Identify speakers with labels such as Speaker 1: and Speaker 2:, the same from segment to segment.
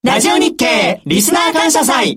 Speaker 1: ラジオ日経リスナー感謝祭。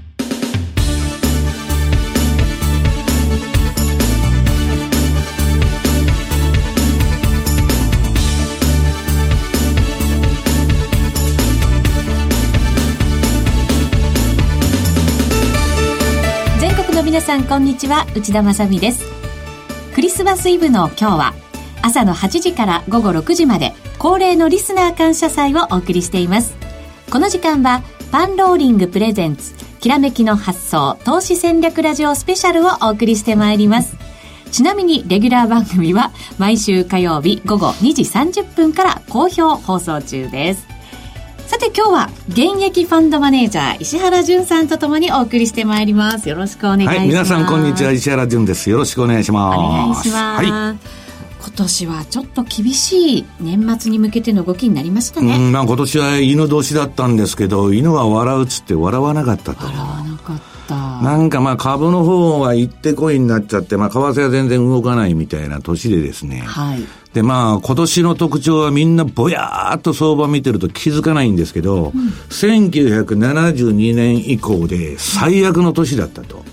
Speaker 2: 全国の皆さんこんにちは、内田まさみです。クリスマスイブの今日は朝の8時から午後6時まで恒例のリスナー感謝祭をお送りしています。この時間はパンローリングプレゼンツきらめきの発想投資戦略ラジオスペシャルをお送りしてまいります。ちなみにレギュラー番組は毎週火曜日午後2時30分から好評放送中です。さて今日は現役ファンドマネージャー石原潤さんとともにお送りしてまいります。よろしくお願いします。
Speaker 3: はい、皆さんこんにちは、石原潤です。よろしくお願いします。
Speaker 2: お願いします。はい、今年はちょっと厳しい年末に向けての動きになりましたね。
Speaker 3: 今年は犬年だったんですけど、犬は笑うっつって笑わなかったと。
Speaker 2: 笑わなかった。
Speaker 3: なんか株の方は行ってこいになっちゃって、為替は全然動かないみたいな年でですね。
Speaker 2: はい。
Speaker 3: で今年の特徴はみんなぼやーっと相場見てると気づかないんですけど、1972年以降で最悪の年だったと。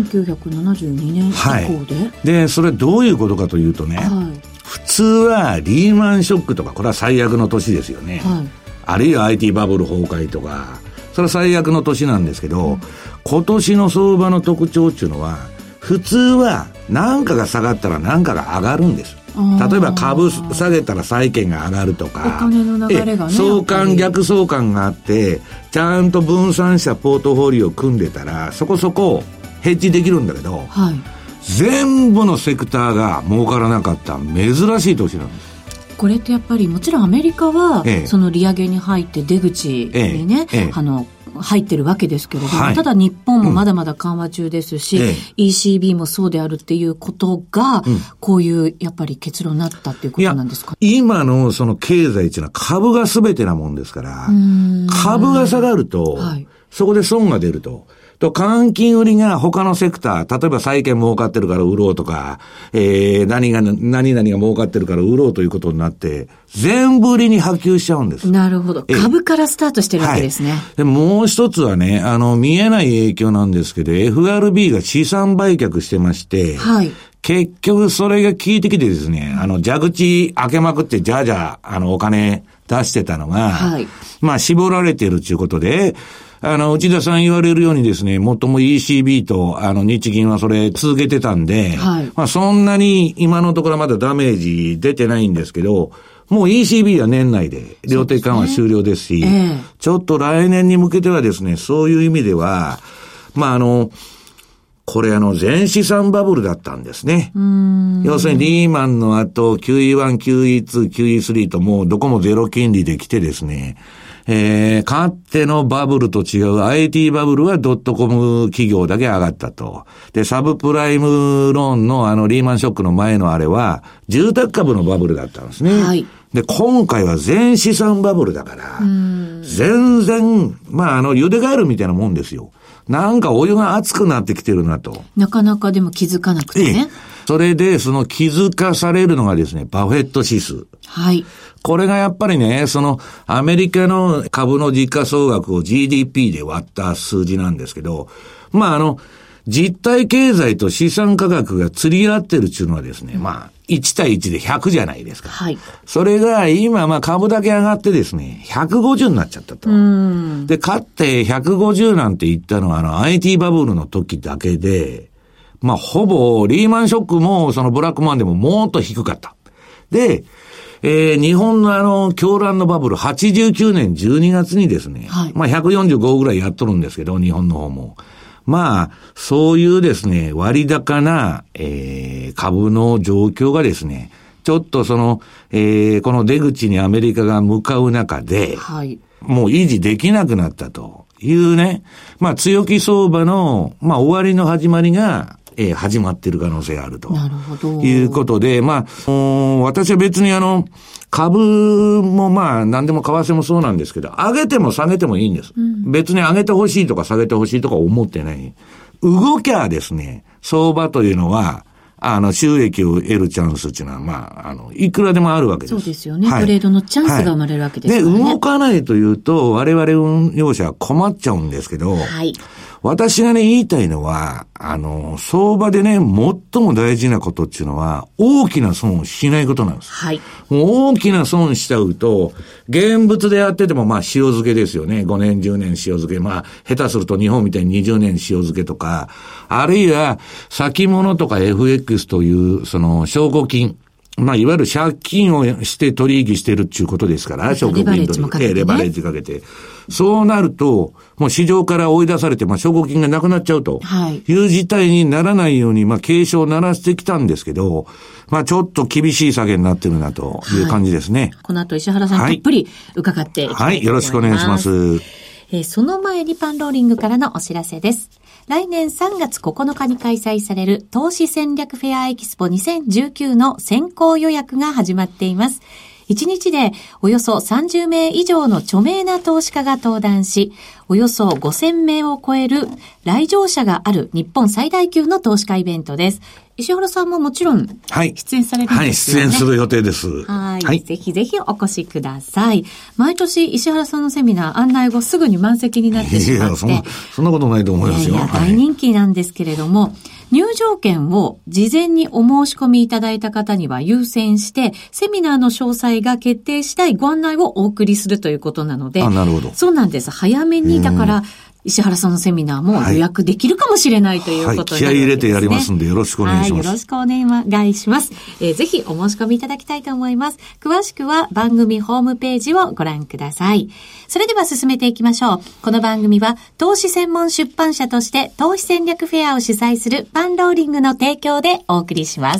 Speaker 2: 1972年以降で、はい、
Speaker 3: でそれどういうことかというとね、はい、普通はリーマンショックとかこれは最悪の年ですよね、はい、あるいは IT バブル崩壊とかそれは最悪の年なんですけど、今年の相場の特徴っていうのは普通は何かが下がったら何かが上がるんです。例えば株下げたら債券が上がるとか、
Speaker 2: お金の流れがね、
Speaker 3: 相関逆相関があってちゃんと分散したポートフォリオを組んでたらそこそこヘッジできるんだけど、はい、全部のセクターが儲からなかった珍しい年なんです。
Speaker 2: これってやっぱりもちろんアメリカは、その利上げに入って出口にね、入ってるわけですけれども、はい、ただ日本もまだまだ緩和中ですし、ECB もそうであるっていうことが、こういうやっぱり結論になったっていうことなんですか。
Speaker 3: 今のその経済っていうのは株が全てなもんですから、株が下がると、はい、そこで損が出ると。換金売りが他のセクター、例えば債券儲かってるから売ろうとか、何々が儲かってるから売ろうということになって、全部売りに波及しちゃうんです。
Speaker 2: なるほど。株からスタートしてるわけですね。はい、
Speaker 3: でもう一つはね、見えない影響なんですけど、FRB が資産売却してまして、はい。結局それが効いてきてですね、蛇口開けまくってじゃあじゃあ、お金出してたのが、はい。絞られてるということで、内田さん言われるようにですね、もっとも ECB と、日銀はそれ続けてたんで、はい。そんなに今のところまだダメージ出てないんですけど、もう ECB は年内で量的緩和終了ですし、ちょっと来年に向けてはですね、そういう意味では、これ全資産バブルだったんですね。要するにリーマンの後、QE1、QE2、QE3 ともうどこもゼロ金利で来てですね、かつてのバブルと違う IT バブルはドットコム企業だけ上がったと。で、サブプライムローンのリーマンショックの前のあれは住宅株のバブルだったんですね。はい。で、今回は全資産バブルだから、全然、茹でガエルみたいなもんですよ。なんかお湯が熱くなってきてるなと。
Speaker 2: なかなかでも気づかなくてね。
Speaker 3: それで、その気づかされるのがですね、バフェット指数。はい。これがやっぱりね、アメリカの株の実価総額を GDP で割った数字なんですけど、実体経済と資産価格が釣り合ってるっていうのはですね、1対1で100じゃないですか。はい。それが今、株だけ上がってですね、150になっちゃったと。で、かって150なんて言ったのはIT バブルの時だけで、ほぼリーマンショックもブラックマンでももっと低かった。で、日本の狂乱のバブル89年12月にですね、はい、145ぐらいやっとるんですけど、日本の方も。そういうですね、割高な、株の状況がですね、ちょっとこの出口にアメリカが向かう中で、はい、もう維持できなくなったというね、強気相場の、終わりの始まりが、始まっている可能性があると。なるほど。いうことで、私は別に株も何でも為替もそうなんですけど、上げても下げてもいいんです。別に上げてほしいとか下げてほしいとか思ってない。動きゃですね、相場というのは、 収益を得るチャンスっていうのは、いくらでもあるわけです。
Speaker 2: そうですよね。トレードのチャンスが生まれるわけですからね。
Speaker 3: で、動かないというと、我々運用者は困っちゃうんですけど、私がね、言いたいのは、相場でね、最も大事なことっていうのは、大きな損をしないことなんです。もう大きな損しちゃうと、現物でやってても、塩漬けですよね。5年、10年塩漬け。下手すると日本みたいに20年塩漬けとか、あるいは、先物とか FX という、証拠金。いわゆる借金をして取引してるっていうことですから、証拠金取引、レバレッジかけて。そうなると、もう市場から追い出されて、証拠金がなくなっちゃうという事態にならないように、警鐘を鳴らしてきたんですけど、ちょっと厳しい下げになってるなという感じですね。
Speaker 2: この後石原さんたっぷり伺っていきたいと思います。
Speaker 3: よろしくお願いします。
Speaker 2: その前にパンローリングからのお知らせです。来年3月9日に開催される投資戦略フェアエキスポ2019の先行予約が始まっています。1日でおよそ30名以上の著名な投資家が登壇し、およそ5000名を超える来場者がある日本最大級の投資家イベントです。石原さんももちろん出演されるんですよね。
Speaker 3: 出演する予定です。
Speaker 2: ぜひぜひお越しください。毎年石原さんのセミナー案内後すぐに満席になってしまって。
Speaker 3: そんなことないと思いますよ。
Speaker 2: 大人気なんですけれども、入場券を事前にお申し込みいただいた方には優先して、セミナーの詳細が決定したいご案内をお送りするということなので。
Speaker 3: なるほど。
Speaker 2: そうなんです。早めに、だから、石原さんのセミナーも予約できるかもしれないということになるわけですね。
Speaker 3: 気合い入れてやりますんでよろしくお願いします。
Speaker 2: よろしくお願いします。ぜひお申し込みいただきたいと思います。詳しくは番組ホームページをご覧ください。それでは進めていきましょう。この番組は投資専門出版社として投資戦略フェアを主催するパンローリングの提供でお送りします。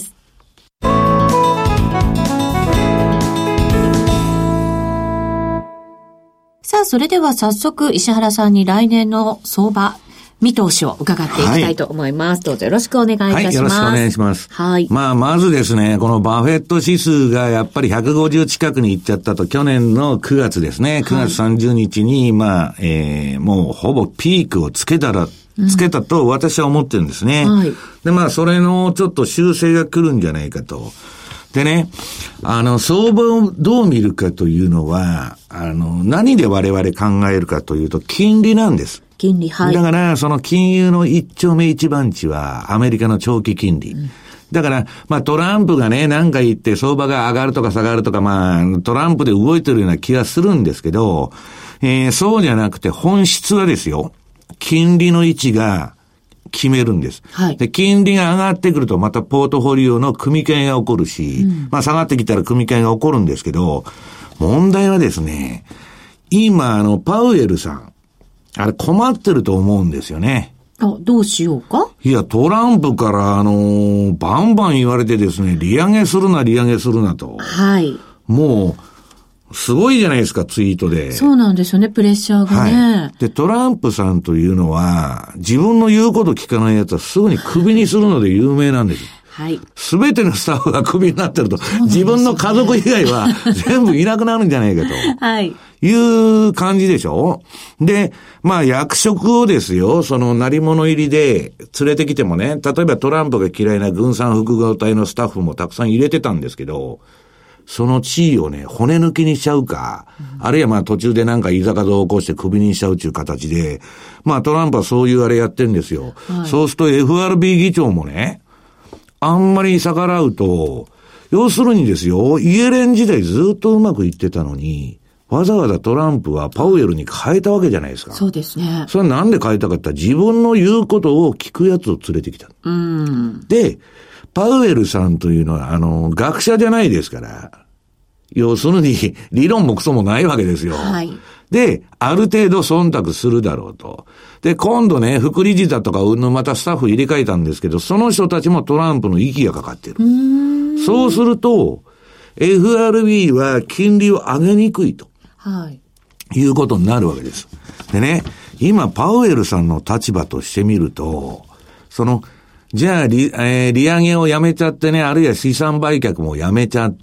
Speaker 2: さあ、それでは早速石原さんに来年の相場見通しを伺っていきたいと思います。どうぞよろしくお願いいたします。
Speaker 3: よろしくお願いします。まずですね、このバフェット指数がやっぱり150近くに行っちゃったと、去年の9月ですね、9月30日に、もうほぼピークをつけたと私は思ってるんですね。で、それのちょっと修正が来るんじゃないかと。でね、相場をどう見るかというのは、何で我々考えるかというと、金利なんです。
Speaker 2: 金利、だ
Speaker 3: から、その金融の一丁目一番地は、アメリカの長期金利。だから、トランプがね、なんか言って相場が上がるとか下がるとか、トランプで動いてるような気がするんですけど、そうじゃなくて本質はですよ、金利の位置が、決めるんです。で、金利が上がってくるとまたポートフォリオの組み換えが起こるし、下がってきたら組み換えが起こるんですけど、問題はですね、今パウエルさん、あれ困ってると思うんですよね。
Speaker 2: どうしようか？
Speaker 3: いや、トランプからバンバン言われてですね、利上げするなと。もう、すごいじゃないですか、ツイートで。
Speaker 2: そうなんですよね、プレッシャーがね。
Speaker 3: で、トランプさんというのは、自分の言うこと聞かないやつはすぐにクビにするので有名なんです。すべてのスタッフがクビになってると、自分の家族以外は全部いなくなるんじゃないかと。いう感じでしょ？で、役職をですよ、鳴り物入りで連れてきてもね、例えばトランプが嫌いな軍産複合体のスタッフもたくさん入れてたんですけど、その地位をね、骨抜きにしちゃうか、あるいは途中でなんかいざかざを起こしてクビにしちゃうっていう形で、トランプはそういうあれやってるんですよ。そうすると FRB 議長もね、あんまり逆らうと、要するにですよ、イエレン時代ずっとうまくいってたのに、わざわざトランプはパウエルに変えたわけじゃないですか。
Speaker 2: そうですね。
Speaker 3: それはなんで変えたかって言ったら、自分の言うことを聞くやつを連れてきた。で、パウエルさんというのは、学者じゃないですから、要するに、理論もクソもないわけですよ。で、ある程度忖度するだろうと。で、今度ね、副理事だとか、またスタッフ入れ替えたんですけど、その人たちもトランプの息がかかってる。そうすると、FRB は金利を上げにくいと。いうことになるわけです。でね、今、パウエルさんの立場としてみると、じゃあ利上げをやめちゃってね、あるいは資産売却もやめちゃって、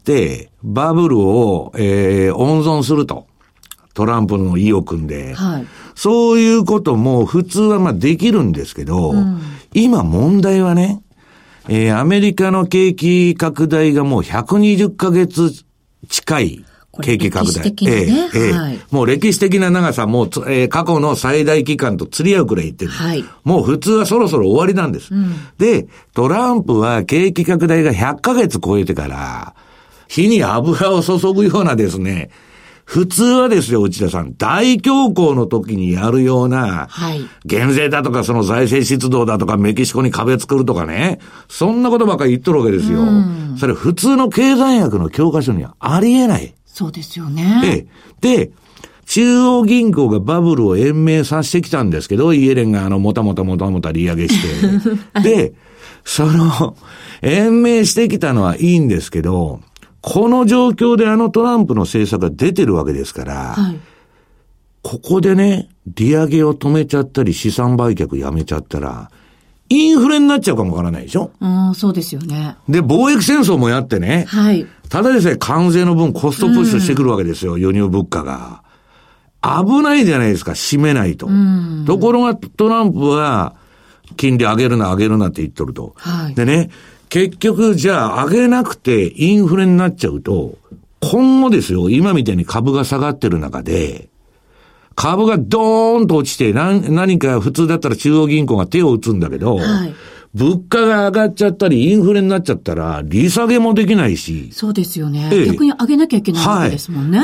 Speaker 3: バブルを、温存すると。トランプの意を組んで。そういうことも普通はできるんですけど、今問題はね、 アメリカの景気拡大がもう120ヶ月近い景気拡大。
Speaker 2: はい、
Speaker 3: もう歴史的な長さ、もう、過去の最大期間と釣り合うくらい言ってる。
Speaker 2: はい、
Speaker 3: もう普通はそろそろ終わりなんです。で、トランプは景気拡大が100ヶ月超えてから、火に油を注ぐようなですね、普通はですよ、内田さん、大恐慌の時にやるような、減税だとか、その財政出動だとか、メキシコに壁作るとかね、そんなことばっかり言っとるわけですよ。それ普通の経済学の教科書にはありえない。
Speaker 2: そうですよね。
Speaker 3: で、中央銀行がバブルを延命させてきたんですけど、イエレンがもたもた利上げして。で、延命してきたのはいいんですけど、この状況でトランプの政策が出てるわけですから、ここでね、利上げを止めちゃったり資産売却やめちゃったら、インフレになっちゃうかもわからないでしょ？
Speaker 2: そうですよね。
Speaker 3: で、貿易戦争もやってね、ただでさえ関税の分コストプッシュしてくるわけですよ、輸入物価が。危ないじゃないですか、締めないと。ところがトランプは、金利上げるなって言っとると。でね、結局、じゃあ上げなくてインフレになっちゃうと、今後ですよ、今みたいに株が下がってる中で、株がドーンと落ちて、何か普通だったら中央銀行が手を打つんだけど、物価が上がっちゃったり、インフレになっちゃったら、利下げもできないし。
Speaker 2: そうですよね。逆に上げなきゃいけないわけですもんね。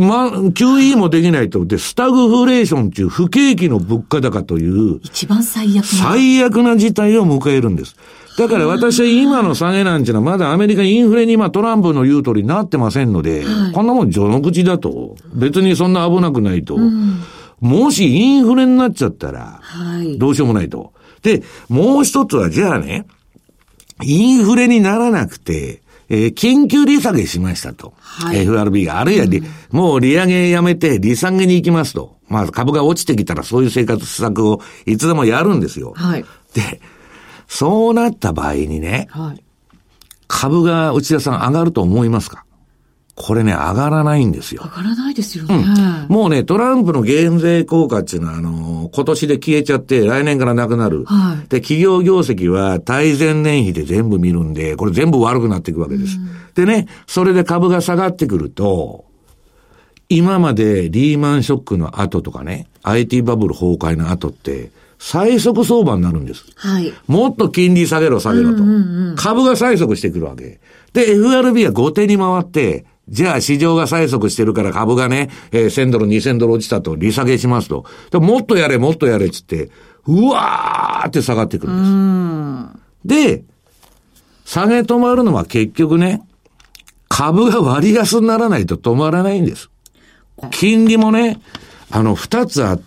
Speaker 3: QE もできないと。で、スタグフレーションという不景気の物価高という、
Speaker 2: 一番最
Speaker 3: 悪な事態を迎えるんです。だから私は今の下げなんていうのはまだアメリカインフレにトランプの言う通りになってませんので、こんなもん序の口だと。別にそんな危なくないと。もしインフレになっちゃったら、どうしようもないと。で、もう一つはじゃあね、インフレにならなくて、緊急利下げしましたと。FRB が、あるいはもう利上げやめて利下げに行きますと。株が落ちてきたらそういう生活策をいつでもやるんですよ。で、そうなった場合にね、株が内田さん上がると思いますか？これね、上がらないんですよ。
Speaker 2: 上がらないですよね。
Speaker 3: もうね、トランプの減税効果っていうのは、今年で消えちゃって、来年からなくなる。で、企業業績は対前年比で全部見るんで、これ全部悪くなっていくわけです。でね、それで株が下がってくると、今までリーマンショックの後とかね、IT バブル崩壊の後って、最速相場になるんです。もっと金利下げろと。株が最速してくるわけ。で、FRB は後手に回って、じゃあ市場が催促してるから株がね、1000ドル、2000ドル落ちたと利下げしますと。でもっとやれっつって、うわーって下がってくるんです。で、下げ止まるのは結局ね、株が割安にならないと止まらないんです。金利もね、二つあって、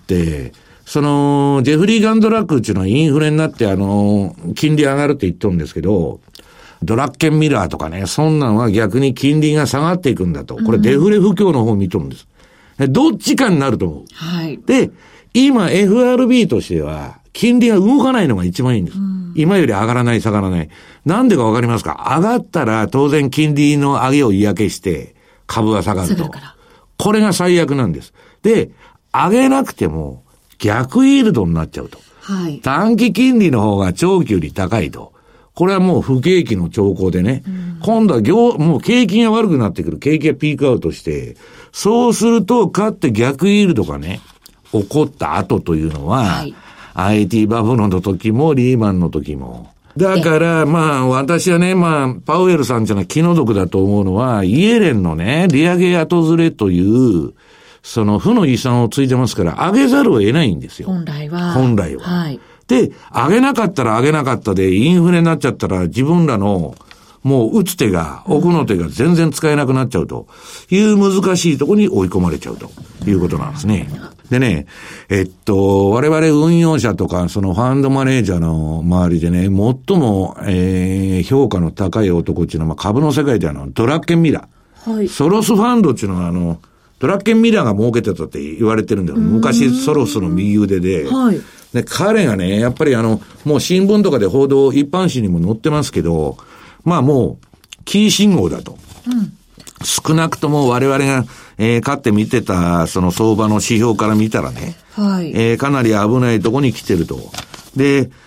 Speaker 3: ジェフリー・ガンドラックっていうのはインフレになって、金利上がるって言っとるんですけど、ドラッケンミラーとかね、そんなのは逆に金利が下がっていくんだと。これデフレ不況の方を見とるんです。どっちかになると思う。で、今 FRB としては、金利が動かないのが一番いいんです。今より上がらない、下がらない。なんでかわかりますか？上がったら当然金利の上げを嫌気して、株が下がると。これが最悪なんです。で、上げなくても逆イールドになっちゃうと。短期金利の方が長期より高いと。これはもう不景気の兆候でね、今度はもう景気が悪くなってくる。景気がピークアウトして、そうすると、かって逆イールドがね、起こった後というのは、IT バブルの時もリーマンの時も。だから、私はね、パウエルさんじゃない気の毒だと思うのは、イエレンのね、利上げ後ずれという、負の遺産をついてますから、上げざるを得ないんですよ。
Speaker 2: 本来は。
Speaker 3: で、上げなかったら上げなかったで、インフレになっちゃったら自分らの、もう打つ手が、奥の手が全然使えなくなっちゃうという難しいところに追い込まれちゃうということなんですね。でね、我々運用者とか、ファンドマネージャーの周りでね、最も、評価の高い男っていうのは、株の世界でドラッケンミラー。ソロスファンドっていうのはドラッケンミラーが儲けてたって言われてるんだよ。昔ソロスの右腕で。で、彼がね、やっぱりもう新聞とかで報道、一般紙にも載ってますけど、もう、キー信号だと。少なくとも我々が、買って見てた、相場の指標から見たらね、かなり危ないとこに来てると。で、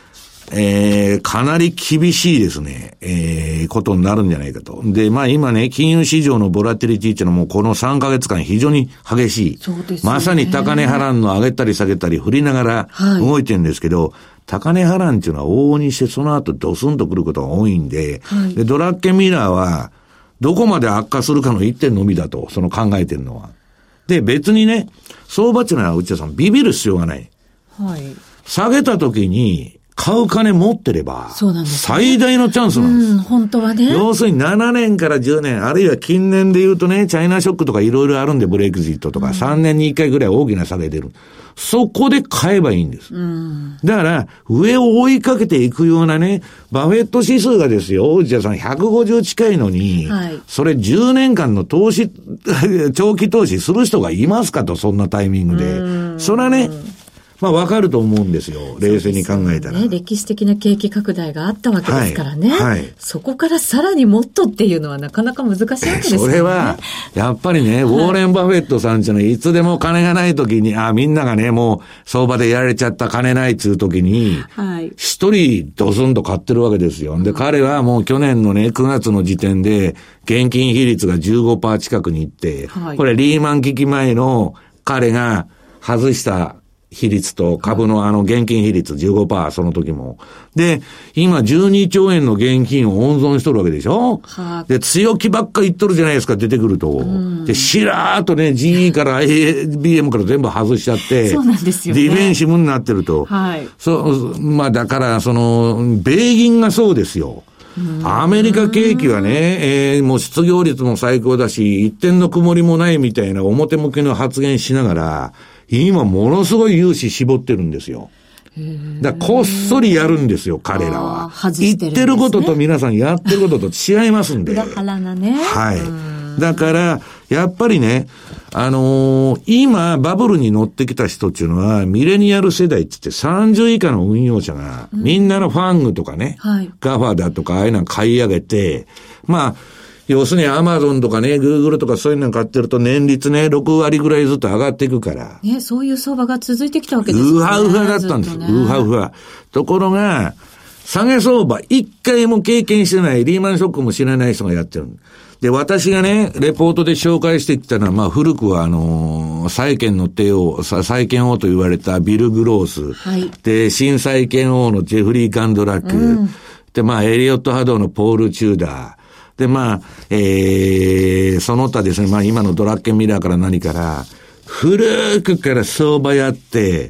Speaker 3: かなり厳しいですね、ことになるんじゃないかと。で、まあ今ね、金融市場のボラティリティっていうのはもうこの3ヶ月間非常に激しい。
Speaker 2: そうですね。
Speaker 3: まさに高値波乱の上げたり下げたり振りながら動いてるんですけど、高値波乱っていうのは往々にしてその後ドスンと来ることが多いんで、で、ドラッケンミラーはどこまで悪化するかの一点のみだと、その考えてるのは。で、別にね、相場っていうのは内田さんビビる必要がない。
Speaker 2: はい。
Speaker 3: 下げた時に、買う金持ってれば、
Speaker 2: そうなんですね、
Speaker 3: 最大のチャンスなんです。
Speaker 2: 本当はね。
Speaker 3: 要するに7年から10年、あるいは近年で言うとね、チャイナショックとかいろいろあるんで、ブレイクジットとか、3年に1回ぐらい大きな差が出る。そこで買えばいいんです。だから、上を追いかけていくようなね、バフェット指数がですよ、内田さん150近いのに、それ10年間の投資、長期投資する人がいますかと、そんなタイミングで。それはね、まあわかると思うんですよ。冷静に考えたら。
Speaker 2: ね、歴史的な景気拡大があったわけですからね。そこからさらにもっとっていうのはなかなか難しいわけですよね。
Speaker 3: それは、やっぱりね、ウォーレン・バフェットさんっていうのはいつでも金がない時に、みんながね、もう相場でやられちゃった金ないっつう時に、一人ドスンと買ってるわけですよ。で、彼はもう去年のね、9月の時点で、現金比率が 15% 近くに行って、これリーマン危機前の彼が外した比率と株の現金比率 15% その時も。で、今12兆円の現金を温存しとるわけでしょ。で、強気ばっか言っとるじゃないですか、出てくると。で、しらーっとね、GE から ABM から全部外しちゃって、
Speaker 2: そうなんですよね。
Speaker 3: ディフェンシブになってると。まあだから、米銀がそうですよ。アメリカ景気はね、もう失業率も最高だし、一点の曇りもないみたいな表向きの発言しながら、今ものすごい融資絞ってるんですよ。だからこっそりやるんですよ、彼らは。言ってることと皆さんやってることと違いますんで。
Speaker 2: 裏腹なね。
Speaker 3: だから、やっぱりね、今、バブルに乗ってきた人っていうのは、ミレニアル世代って言って30以下の運用者が、みんなのファングとかね、ガファだとか、ああいうの買い上げて、まあ、要するにアマゾンとかね、グーグルとかそういうの買ってると年率ね、6割ぐらいずっと上がっていくから。
Speaker 2: ね、そういう相場が続いてきたわけですね。
Speaker 3: ウハウハだったんです。ウハウハ。ところが、下げ相場一回も経験してない、リーマンショックも知らない人がやってる。で、私がね、レポートで紹介してきたのは、まあ古くは債券の帝王、債券王と言われたビル・グロース。で、新債券王のジェフリー・ガンドラック。で、まあエリオット・ハドーのポール・チューダー。で、まあ、その他ですね、まあ今のドラッケンミラーから何から、古くから相場やって、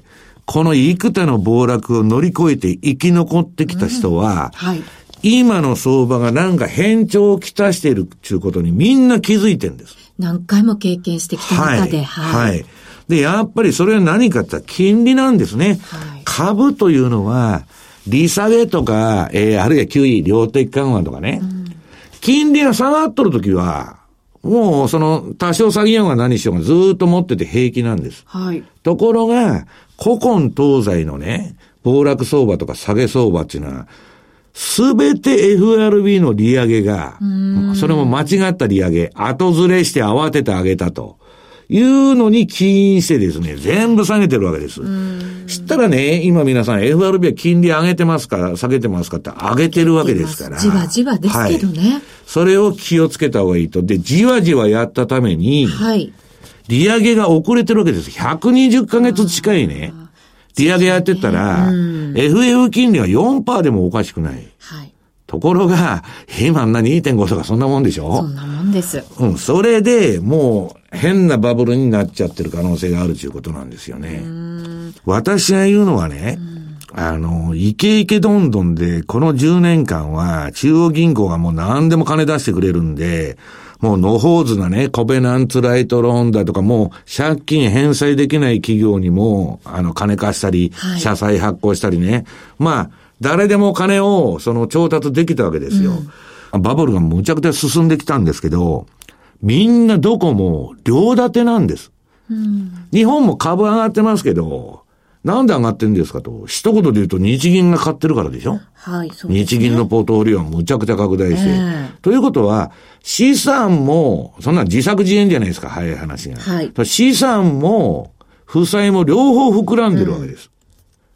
Speaker 3: この幾多の暴落を乗り越えて生き残ってきた人は、今の相場がなんか変調をきたしているっていうことにみんな気づいてるんです。
Speaker 2: 何回も経験してきた中で。
Speaker 3: で、やっぱりそれは何かって言ったら金利なんですね。株というのは、利下げとか、あるいは QE、量的緩和とかね。金利が下がっとるときは、もう多少下げようが何しようがずーっと持ってて平気なんです。ところが、古今東西のね、暴落相場とか下げ相場っていうのは、すべて FRB の利上げが、それも間違った利上げ、後ずれして慌てて上げたと。いうのに起因してですね、全部下げてるわけです。知ったらね、今皆さん FRB は金利上げてますか下げてますかって上げてるわけですから。
Speaker 2: じわじわですけどね。
Speaker 3: それを気をつけた方がいいと。で、じわじわやったために、利上げが遅れてるわけです。120ヶ月近いね。利上げやってったら、FF 金利は 4% でもおかしくない。ところが、今2.5 とかそんなもんでしょ。
Speaker 2: そんなもんです。
Speaker 3: それでもう変なバブルになっちゃってる可能性があるということなんですよね。私が言うのはね、イケイケどんどんで、この10年間は中央銀行がもう何でも金出してくれるんで、もう野放図なね、コベナンツライトローンだとか、もう借金返済できない企業にも、金貸したり、社債発行したりね。まあ、誰でも金を調達できたわけですよ。バブルがむちゃくちゃ進んできたんですけど、みんなどこも両立てなんです。日本も株上がってますけど、なんで上がってるんですかと。一言で言うと日銀が買ってるからでしょ。そうですね。日銀のポートフォリオはむちゃくちゃ拡大して。ということは、資産も、そんな自作自演じゃないですか、早い話が。資産も、負債も両方膨らんでるわけです。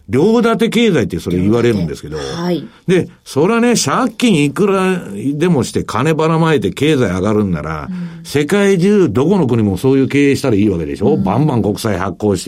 Speaker 3: 両立て経済ってそれ言われるんですけど。
Speaker 2: はい。
Speaker 3: で、それはね、借金いくらでもして金ばらまいて経済上がるんなら、世界中どこの国もそういう経営したらいいわけでしょ、バンバン国債発行して、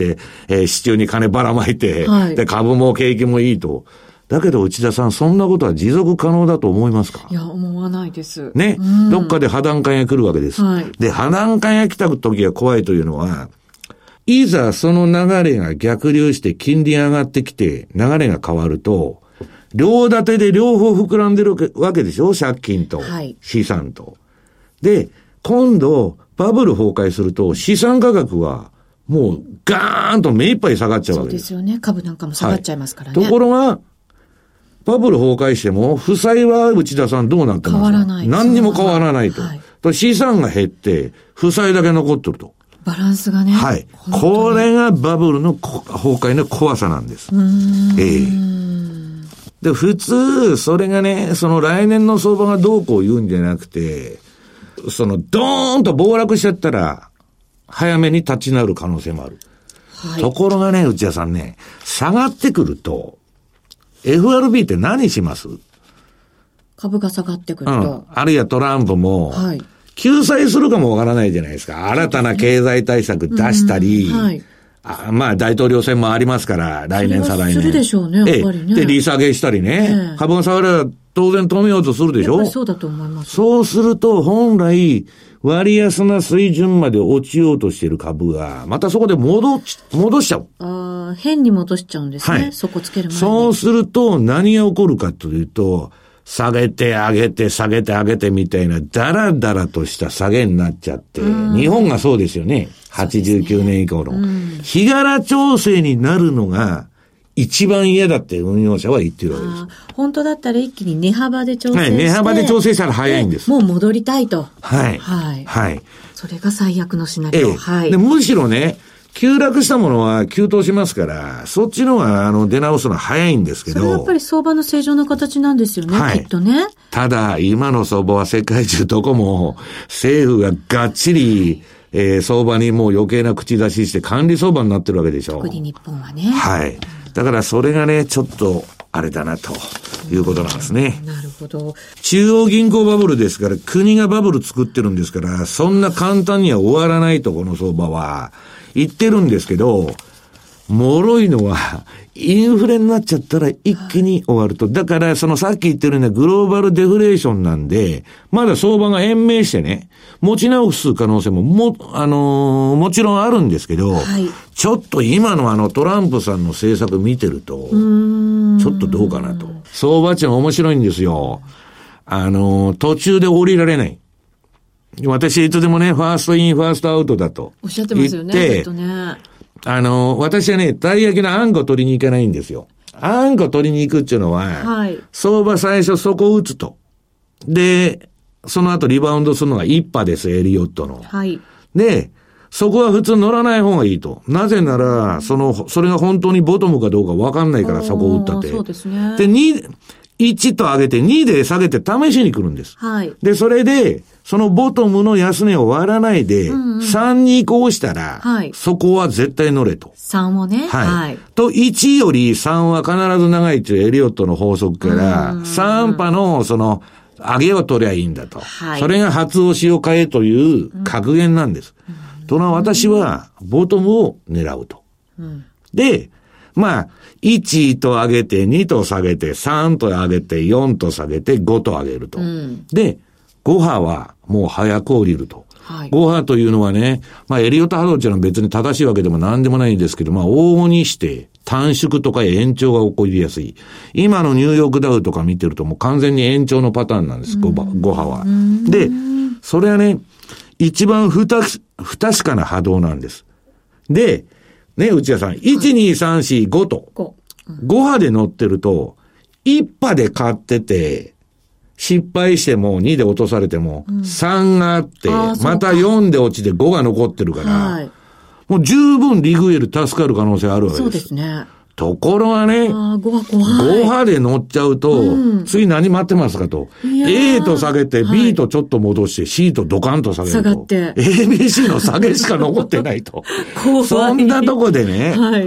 Speaker 3: 市中に金ばらまいて、で、株も景気もいいと。だけど内田さん、そんなことは持続可能だと思いますか？
Speaker 2: いや、思わないです。
Speaker 3: ね。どっかで破談会が来るわけです。で、破談会が来た時が怖いというのは、いざその流れが逆流して金利上がってきて流れが変わると、両立てで両方膨らんでるわけでしょ、借金と資産と。で、今度バブル崩壊すると資産価格はもうガーンと目いっぱい下がっちゃうわけです。
Speaker 2: そうですよね。株なんかも下がっちゃいますからね。
Speaker 3: ところが、バブル崩壊しても、負債は内田さんどうなってますか？
Speaker 2: 変わらない。
Speaker 3: 何にも変わらないと。と資産が減って、負債だけ残ってると。
Speaker 2: バランスがね。
Speaker 3: はい。これがバブルの崩壊の怖さなんです。で、普通、それがね、その来年の相場がどうこう言うんじゃなくて、そのドーンと暴落しちゃったら、早めに立ち直る可能性もある。はい、ところがね、内田さんね、下がってくると、FRB って何します？
Speaker 2: 株が下がってくると。
Speaker 3: あるいはトランプも、救済するかもわからないじゃないですか。新たな経済対策出したり、まあ大統領選もありますから、来年再来年。
Speaker 2: するでしょうね、やっぱりね。
Speaker 3: で、利下げしたりね。株が下がれば当然止めようとするでしょ。やっぱり
Speaker 2: そうだと思います。
Speaker 3: そうすると、本来、割安な水準まで落ちようとしている株が、またそこで戻しちゃう。
Speaker 2: 変に戻しちゃうんですね。そこつける前に。
Speaker 3: そうすると、何が起こるかというと、下げて上げて下げて上げてみたいなダラダラとした下げになっちゃって、日本がそうですよね。89年以降の。日柄調整になるのが一番嫌だって運用者は言ってるわけです。
Speaker 2: 本当だったら一気に値幅で調整して。
Speaker 3: 値幅で調整したら早いんです。
Speaker 2: もう戻りたいと。
Speaker 3: はい。
Speaker 2: それが最悪のシナリオ。
Speaker 3: で、むしろね、急落したものは急騰しますから、そっちのが出直すのは早いんですけど。
Speaker 2: それはやっぱり相場の正常な形なんですよね、きっとね。
Speaker 3: ただ、今の相場は世界中どこも政府ががっちり、相場にもう余計な口出しして管理相場になってるわけでしょ。
Speaker 2: 特に日本はね。
Speaker 3: だからそれがね、ちょっとあれだなということなんですね。
Speaker 2: なるほど。
Speaker 3: 中央銀行バブルですから、国がバブル作ってるんですから、そんな簡単には終わらないと、この相場は。言ってるんですけど、脆いのは、インフレになっちゃったら一気に終わると。だから、そのさっき言ってるようなグローバルデフレーションなんで、まだ相場が延命してね、持ち直す可能性ももちろんあるんですけど、ちょっと今のトランプさんの政策見てると、ちょっとどうかなと。相場値が面白いんですよ。途中で降りられない。私いつでもね、ファーストイン、ファーストアウトだと。
Speaker 2: おっしゃってますよね、ずっとね。
Speaker 3: 私はね、たい焼きのあんこ取りに行かないんですよ。あんこ取りに行くっていうのは、相場最初そこを打つと。で、その後リバウンドするのが一波です、エリオットの。で、そこは普通乗らない方がいいと。なぜなら、それが本当にボトムかどうか分かんないからそこを打ったって。
Speaker 2: そうですね。
Speaker 3: で、1と上げて2で下げて試しに来るんです。で、それで、そのボトムの安値を割らないで、3に移行したら、そこは絶対乗れと。
Speaker 2: 3をね。
Speaker 3: と、1より3は必ず長いというエリオットの法則から、3波の上げを取りゃいいんだと。それが初押しを変えという格言なんです。とな、私はボトムを狙うと。で、まあ、1と上げて、2と下げて、3と上げて、4と下げて、5と上げると。で、5波はもう早く降りると。5波というのはね、まあ、エリオット波動っていうのは別に正しいわけでも何でもないんですけど、まあ、往々にして短縮とか延長が起こりやすい。今のニューヨークダウとか見てるともう完全に延長のパターンなんです、5波は。で、それはね、一番不確かな波動なんです。で、ね、内田さん、1、2、3、4、5と。5波で乗ってると、1波で買ってて、失敗しても2で落とされても、3があって、また4で落ちて5が残ってるから、もう十分リグエル助かる可能性あるわけです。
Speaker 2: そうですね。
Speaker 3: ところがね、5波で乗っちゃうと、次何待ってますかと。A と下げて、B とちょっと戻して、C とドカンと下げると。
Speaker 2: 下がって。
Speaker 3: ABC の下げしか残ってないと。そんなとこでね、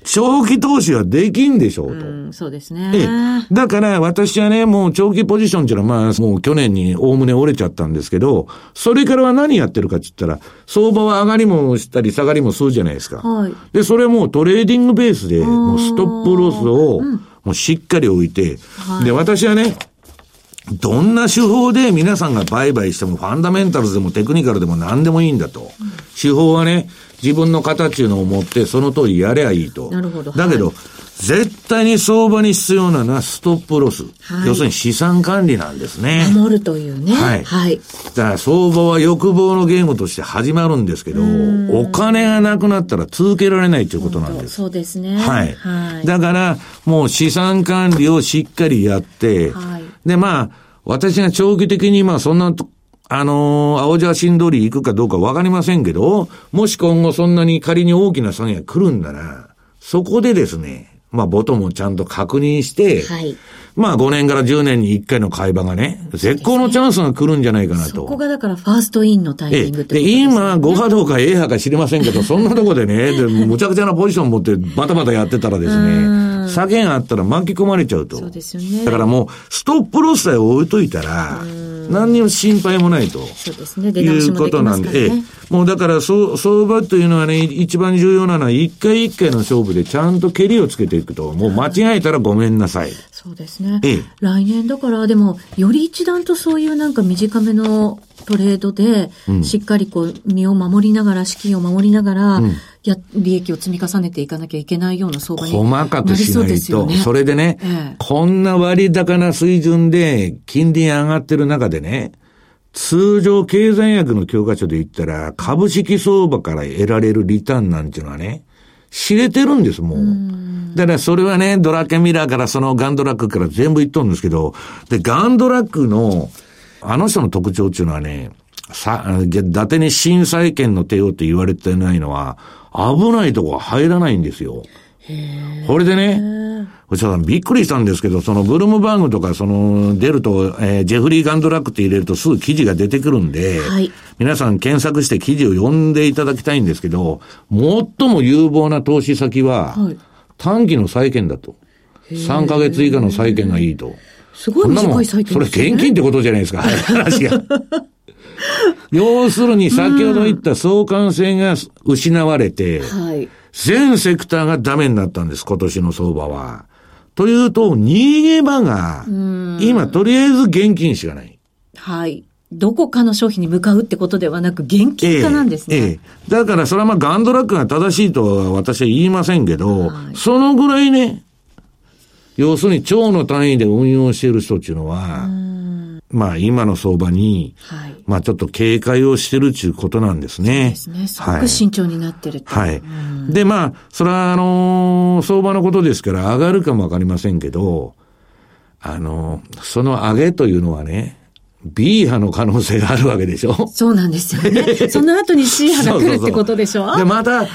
Speaker 3: 長期投資はできんでしょうと。
Speaker 2: そうですね。
Speaker 3: だから私はね、もう長期ポジションっていうのはもう去年におおむね折れちゃったんですけど、それからは何やってるかって言ったら、相場は上がりもしたり下がりもするじゃないですか。はい。で、それはもうトレーディングベースで、もうストップロスを、もうしっかり置いて、で、私はね、どんな手法で皆さんが売買してもファンダメンタルズでもテクニカルでも何でもいいんだと。手法はね、自分の形のを持ってその通りやればいいと。なるほど。だけど、絶対に相場に必要なのはストップロス。要するに資産管理なんですね。
Speaker 2: 守るというね。はい。はい。
Speaker 3: だから相場は欲望のゲームとして始まるんですけど、お金がなくなったら続けられないということなんです。
Speaker 2: そうですね。
Speaker 3: はい。はい。だから、もう資産管理をしっかりやって、はい。で、私が長期的にそんな、青写真通り行くかどうかわかりませんけど、もし今後そんなに仮に大きな下げが来るんなら、そこでですね、ボトムをちゃんと確認して、はい。5年から10年に1回の買い場がね、絶好のチャンスが来るんじゃないかなと。
Speaker 2: そこがだからファーストインのタイミングってことですね。
Speaker 3: で、今、5波どうか A 波か知りませんけど、そんなとこでね、むちゃくちゃなポジション持ってバタバタやってたらですね、下げがあったら巻き込まれちゃうと。
Speaker 2: そうですよね。
Speaker 3: だからもう、ストップロスさえ置いといたら、何にも心配もないと。
Speaker 2: そうですね。出直しもできますからね。いうことなんで、
Speaker 3: もうだから相場というのはね、一番重要なのは一回一回の勝負でちゃんと蹴りをつけていくと。もう間違えたらごめんなさい。
Speaker 2: そうですね。来年だからでも、より一段とそういうなんか短めのトレードで、しっかり身を守りながら、資金を守りながら、利益を積み重ねていかなきゃいけないような相場になりそうですよね。細かくしないと。
Speaker 3: それでね、こんな割高な水準で金利上がってる中でね、通常経済学の教科書で言ったら、株式相場から得られるリターンなんていうのはね、知れてるんです、もう。だからそれはね、ドラケンミラーからそのガンドラックから全部言っとるんですけど、で、ガンドラックの、あの人の特徴っていうのはね、伊達に新債権の帝王って言われてないのは、危ないとこは入らないんですよ。これでね、びっくりしたんですけど、そのブルームバーグとか出ると、ジェフリー・ガンドラックって入れるとすぐ記事が出てくるんで、はい、皆さん検索して記事を読んでいただきたいんですけど、最も有望な投資先は、短期の債券だと。3ヶ月以下の債券がいいと。
Speaker 2: すごい短い債券ですね。
Speaker 3: それ現金ってことじゃないですか、話が。要するに先ほど言った相関性が失われて、全セクターがダメになったんです、今年の相場は。というと、逃げ場が、今とりあえず現金しかない。
Speaker 2: はい。どこかの商品に向かうってことではなく、現金化なんですね。
Speaker 3: だからそれはガンドラックが正しいとは私は言いませんけど、そのぐらいね、要するに兆の単位で運用している人っていうのは、今の相場に、ちょっと警戒をしてるっていうことなんですね。
Speaker 2: そうですね。すごく慎重になってると。
Speaker 3: はい。で、それは相場のことですから上がるかもわかりませんけど、その上げというのはね、B 波の可能性があるわけでしょ。
Speaker 2: そうなんですよね。その後に C 波が来るってことでしょ。
Speaker 3: で、また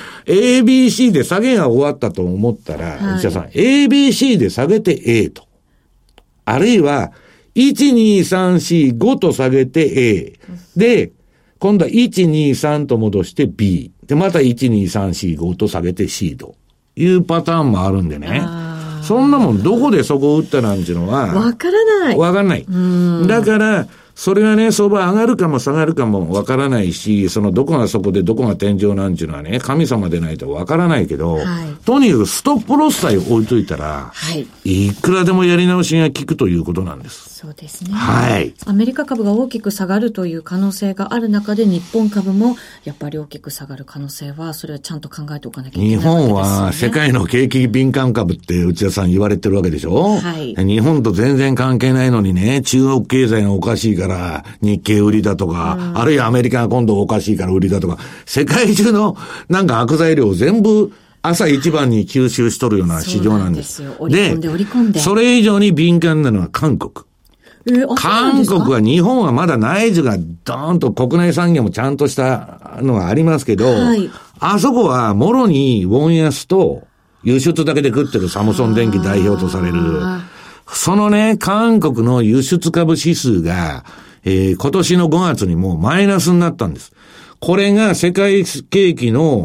Speaker 3: ABC で下げが終わったと思ったら、内田さん、ABC で下げて A と。あるいは、1、2、3、4、5と下げて A。で、今度は1、2、3と戻して B。で、また1、2、3、4、5と下げて C というパターンもあるんでね。そんなもんどこでそこを打ったなんていうのは。
Speaker 2: わからない。
Speaker 3: わかんない。だから、それがね、相場上がるかも下がるかもわからないし、どこがそこでどこが天井なんていうのはね、神様でないとわからないけど、とにかくストップロスさえ置いといたら、いくらでもやり直しが効くということなんです。
Speaker 2: そうですね。アメリカ株が大きく下がるという可能性がある中で、日本株もやっぱり大きく下がる可能性は、それはちゃんと考えておかなきゃいけないわけですよね。
Speaker 3: 日本は世界の景気敏感株って内田さん言われてるわけでしょ。日本と全然関係ないのにね、中国経済がおかしいから、日経売りだとか、あるいはアメリカが今度おかしいから売りだとか、世界中のなんか悪材料を全部朝一番に吸収しとるような市場なんです。
Speaker 2: 織り込んで。
Speaker 3: それ以上に敏感なのは韓国。韓国は日本はまだ内需がドーンと国内産業もちゃんとしたのがありますけど、あそこはもろにウォン安と輸出だけで食ってるサムソン電機代表とされる。そのね、韓国の輸出株指数が、今年の5月にもうマイナスになったんです。これが世界景気の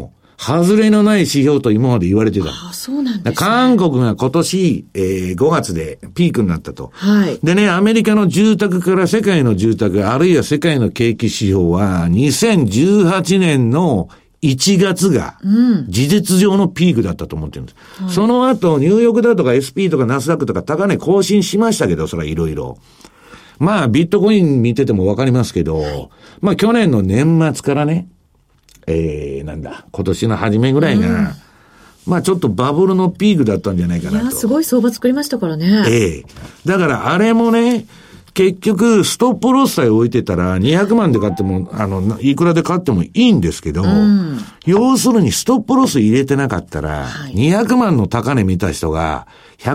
Speaker 3: 外れのない指標と今まで言われてた。
Speaker 2: ああ、そうなんですね。
Speaker 3: 韓国が今年、5月でピークになったと。
Speaker 2: はい。
Speaker 3: でね、アメリカの住宅から世界の住宅、あるいは世界の景気指標は、2018年の1月が、事実上のピークだったと思ってるんです。はい、その後、ニューヨークだとか SP とかナスダックとか高値更新しましたけど、それはいろいろ。まあ、ビットコイン見ててもわかりますけど、はい、まあ、去年の年末からね、今年の初めぐらいが、まあちょっとバブルのピークだったんじゃないかなと。
Speaker 2: いや、すごい相場作りましたからね。
Speaker 3: だからあれもね、結局ストップロスさえ置いてたら200万で買っても、いくらで買ってもいいんですけど、要するにストップロス入れてなかったら、200万の高値見た人が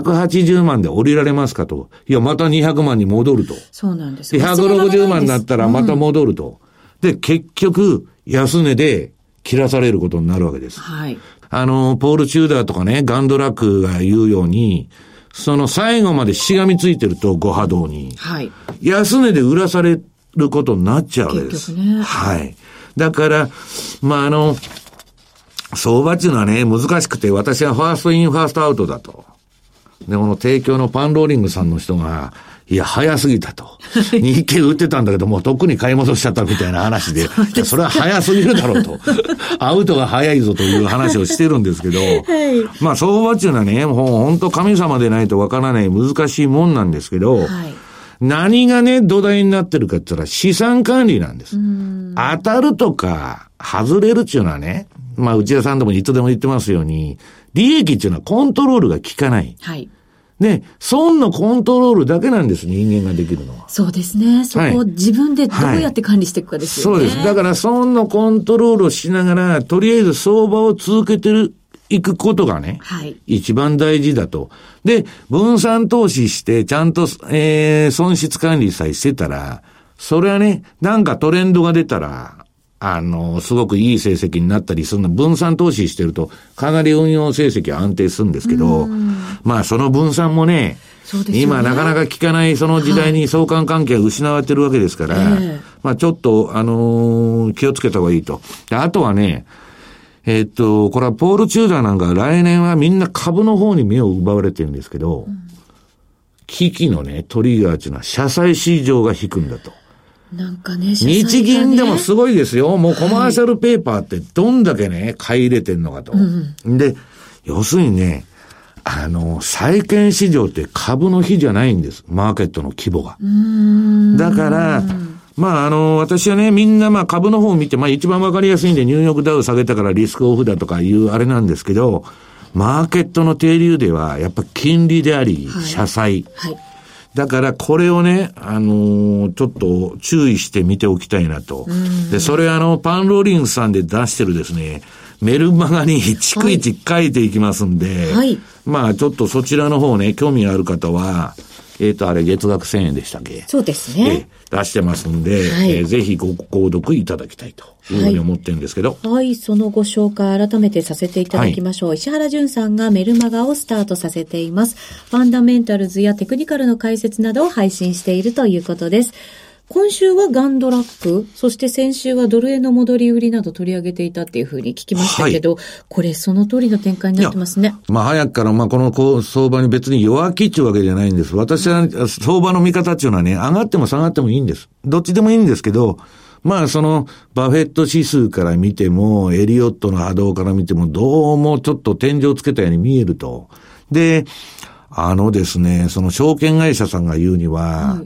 Speaker 3: 180万で降りられますかと。いや、また200万に戻ると。
Speaker 2: そうなんです。
Speaker 3: 160万になったらまた戻ると。で、結局、安値で切らされることになるわけです。
Speaker 2: はい。
Speaker 3: ポール・チューダーとかね、ガンドラックが言うように、その最後までしがみついてると、ご波動に。
Speaker 2: はい。
Speaker 3: 安値で売らされることになっちゃうわけです。
Speaker 2: 結局ね。
Speaker 3: はい。だから、まあ、相場っていうのはね、難しくて、私はファーストイン、ファーストアウトだと。で、この提供のパンローリングさんの人が、いや、早すぎたと。日経売ってたんだけど、もうとっくに買い戻しちゃったみたいな話で、それは早すぎるだろうと。アウトが早いぞという話をしてるんですけど、まあ相場っていうのはね、もう本当神様でないとわからない難しいもんなんですけど、何がね、土台になってるかって言ったら資産管理なんです。当たるとか、外れるっていうのはね、まあ内田さんでもいつでも言ってますように、利益っていうのはコントロールが効かない。はい。で、損のコントロールだけなんです、人間ができるのは。
Speaker 2: そうですね。そこを自分でどうやって管理していくかですよね。
Speaker 3: そうです。だから損のコントロールをしながら、とりあえず相場を続けていくことがね、一番大事だと。で、分散投資して、ちゃんと、損失管理さえしてたら、それはね、なんかトレンドが出たら、すごくいい成績になったりするの、分散投資してると、かなり運用成績は安定するんですけど、まあその分散もね、今なかなか効かないその時代に相関関係が失われてるわけですから、まあちょっと、気をつけた方がいいと。で、あとはね、これはポール・チューダーなんか来年はみんな株の方に目を奪われてるんですけど、危機のね、トリガーっていうのは社債市場が引くんだと。
Speaker 2: なんかね、
Speaker 3: 日銀でもすごいですよ。もうコマーシャルペーパーってどんだけね、買い入れてんのかと。で、要するにね、債券市場って株の比じゃないんです。マーケットの規模が。だから、まあ私はね、みんなまあ株の方を見て、まあ一番わかりやすいんでニューヨークダウ下げたからリスクオフだとかいうあれなんですけど、マーケットの定流ではやっぱ金利であり、社債。だからこれをね、ちょっと注意して見ておきたいなと。で、それパンローリングさんで出してるですね、メルマガに逐一書いていきますんで、まあちょっとそちらの方ね、興味ある方は、あれ月額1000円でしたっけ？
Speaker 2: そうですね。
Speaker 3: 出してますんで、ぜひご購読いただきたいというふうに思ってるんですけど。
Speaker 2: そのご紹介改めてさせていただきましょう。石原淳さんがメルマガをスタートさせています。ファンダメンタルズやテクニカルの解説などを配信しているということです。今週はガンドラック、そして先週はドル円の戻り売りなど取り上げていたっていうふうに聞きましたけど、これその通りの展開になってますね。
Speaker 3: まあ早くからこの相場に別に弱気っていうわけじゃないんです。私は相場の見方っていうのはね、上がっても下がってもいいんです。どっちでもいいんですけど、まあそのバフェット指数から見ても、エリオットの波動から見ても、どうもちょっと天井をつけたように見えると。で、ですね、その証券会社さんが言うには、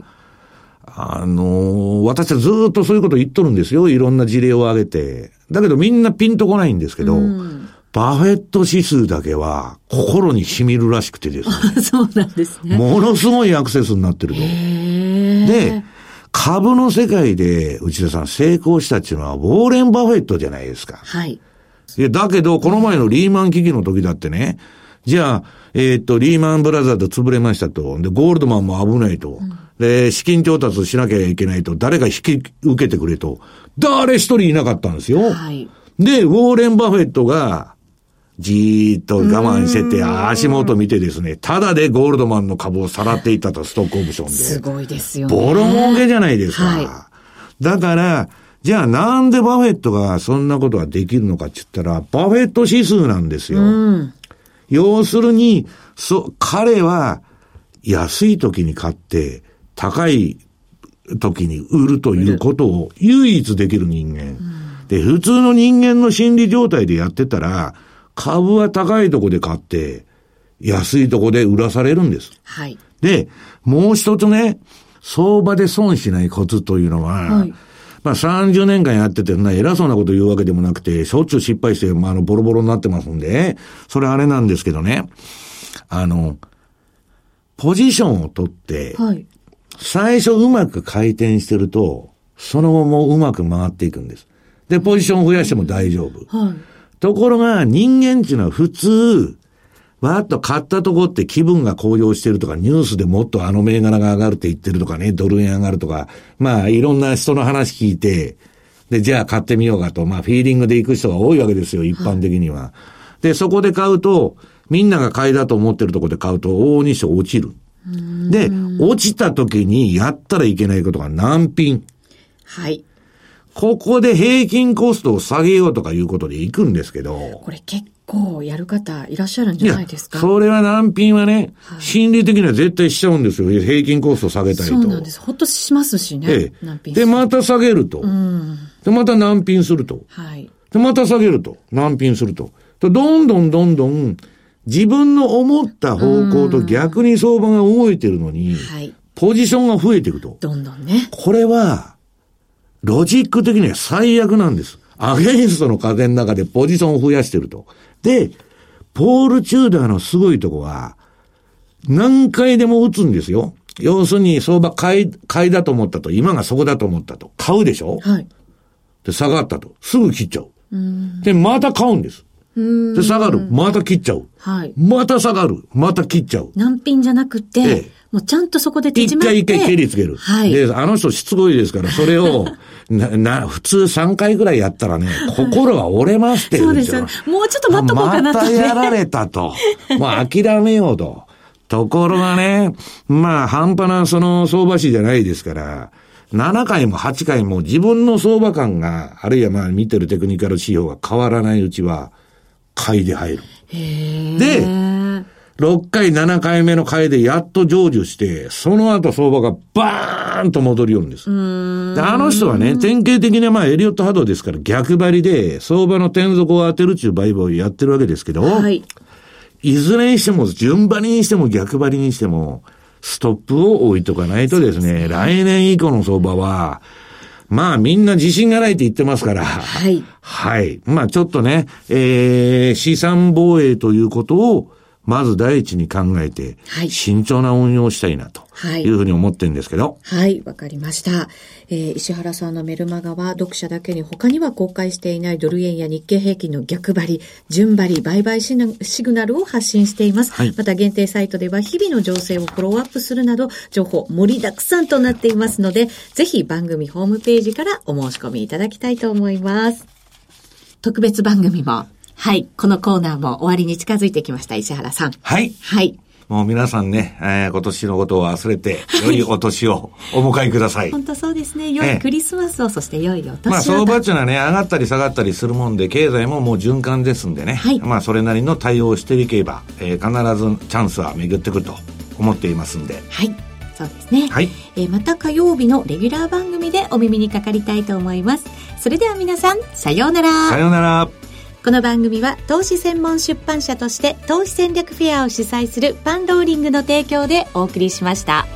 Speaker 3: 私はずっとそういうこと言っとるんですよ。いろんな事例を挙げて。だけどみんなピンとこないんですけど、バフェット指数だけは心に染みるらしくてですね。
Speaker 2: そうなんですね。
Speaker 3: ものすごいアクセスになってると。で、株の世界で内田さん成功したっていうのはウォーレン・バフェットじゃないですか。だけどこの前のリーマン危機の時だってね、じゃあ、リーマンブラザーズ潰れましたと。で、ゴールドマンも危ないと。で、資金調達しなきゃいけないと。誰か引き受けてくれと。誰一人いなかったんですよ。で、ウォーレン・バフェットが、じーっと我慢してて、足元見てですね、ただでゴールドマンの株をさらっていったと、ストックオプションで。
Speaker 2: すごいですよね。
Speaker 3: ボロ儲けじゃないですか。だから、 じゃあなんでバフェットがそんなことができるのかって言ったら、バフェット指数なんですよ。要するに、彼は安い時に買って高い時に売るということを唯一できる人間。で、普通の人間の心理状態でやってたら、株は高いとこで買って、安いとこで売らされるんです。
Speaker 2: はい。
Speaker 3: で、もう一つね、相場で損しないコツというのは、はい、まあ30年間やってて、偉そうなこと言うわけでもなくて、しょっちゅう失敗して、ボロボロになってますんで、それあれなんですけどね、ポジションを取って、はい、最初うまく回転してると、その後もうまく回っていくんです。で、ポジションを増やしても大丈夫。はい、ところが、人間っていうのは普通、わーっと買ったとこって気分が高揚してるとか、ニュースでもっと銘柄が上がるって言ってるとかね、ドル円上がるとか、いろんな人の話聞いて、で、じゃあ買ってみようかと、フィーリングで行く人が多いわけですよ、一般的には。はい、で、そこで買うと、みんなが買いだと思ってるとこで買うと、往々にして落ちる。で、落ちた時にやったらいけないことが難品。
Speaker 2: はい。
Speaker 3: ここで平均コストを下げようとかいうことで行くんですけど。
Speaker 2: これ結構やる方いらっしゃるんじゃないですか？
Speaker 3: それは難品はね、はい、心理的には絶対しちゃうんですよ。平均コストを下げたりと。
Speaker 2: そうなんです。ほっとしますしね。
Speaker 3: 難品で、また下げると。で、また難品すると。
Speaker 2: はい。
Speaker 3: で、また下げると。難品すると。どんどん、自分の思った方向と逆に相場が動いてるのに、はい、ポジションが増えていくと。
Speaker 2: どんどんね。
Speaker 3: これは、ロジック的には最悪なんです。アゲインストの風の中でポジションを増やしてると。で、ポール・チューダーのすごいとこは、何回でも打つんですよ。要するに相場買いだと思ったと。今がそこだと思ったと。買うでしょ？はい。で、下がったと。すぐ切っちゃう。で、また買うんです。で、下がる。また切っちゃう。はい。また下がる。また切っちゃう。
Speaker 2: 難品じゃなくて、もうちゃんとそこで手締まって。
Speaker 3: 一回蹴りつける。はい。で、あの人しつこいですから、それを、普通3回ぐらいやったらね、心が折れますって言うんですよ。
Speaker 2: そうですよ。もうちょっと待っとこうかなと、ね。
Speaker 3: またやられたと。もう諦めようと。ところがね、半端なその相場師じゃないですから、7回も8回も自分の相場感が、あるいは見てるテクニカル指標が変わらないうちは、買いで入る。で、6回、7回目の買いでやっと成就して、その後相場がバーンと戻りよるんです。で、あの人はね、典型的なエリオット波動ですから逆張りで、相場の転属を当てるっていう売買をやってるわけですけど、はい、いずれにしても、順張りにしても逆張りにしても、ストップを置いとかないとですね、来年以降の相場は、みんな自信がないって言ってますから。はい。はい。ちょっとね、資産防衛ということを、まず第一に考えて、はい、慎重な運用をしたいなというふうに思ってるんですけど。
Speaker 2: はい、わかりました。石原さんのメルマガは読者だけに他には公開していないドル円や日経平均の逆張り、順張り、売買シグナルを発信しています。はい、また限定サイトでは日々の情勢をフォローアップするなど情報盛りだくさんとなっていますので、ぜひ番組ホームページからお申し込みいただきたいと思います。特別番組もはい。このコーナーも終わりに近づいてきました、石原さん。
Speaker 3: はい。
Speaker 2: はい。
Speaker 3: もう皆さんね、今年のことを忘れて、良いお年をお迎えください。
Speaker 2: 本当そうですね。良いクリスマスを、そして良いお年を。
Speaker 3: 相場っていうのはね、上がったり下がったりするもんで、経済ももう循環ですんでね。はい。それなりの対応をしていけば、必ずチャンスは巡ってくると思っていますんで。
Speaker 2: はい。そうですね。はい。また火曜日のレギュラー番組でお耳にかかりたいと思います。それでは皆さん、さようなら。
Speaker 3: さようなら。
Speaker 2: この番組は投資専門出版社として投資戦略フェアを主催するパンローリングの提供でお送りしました。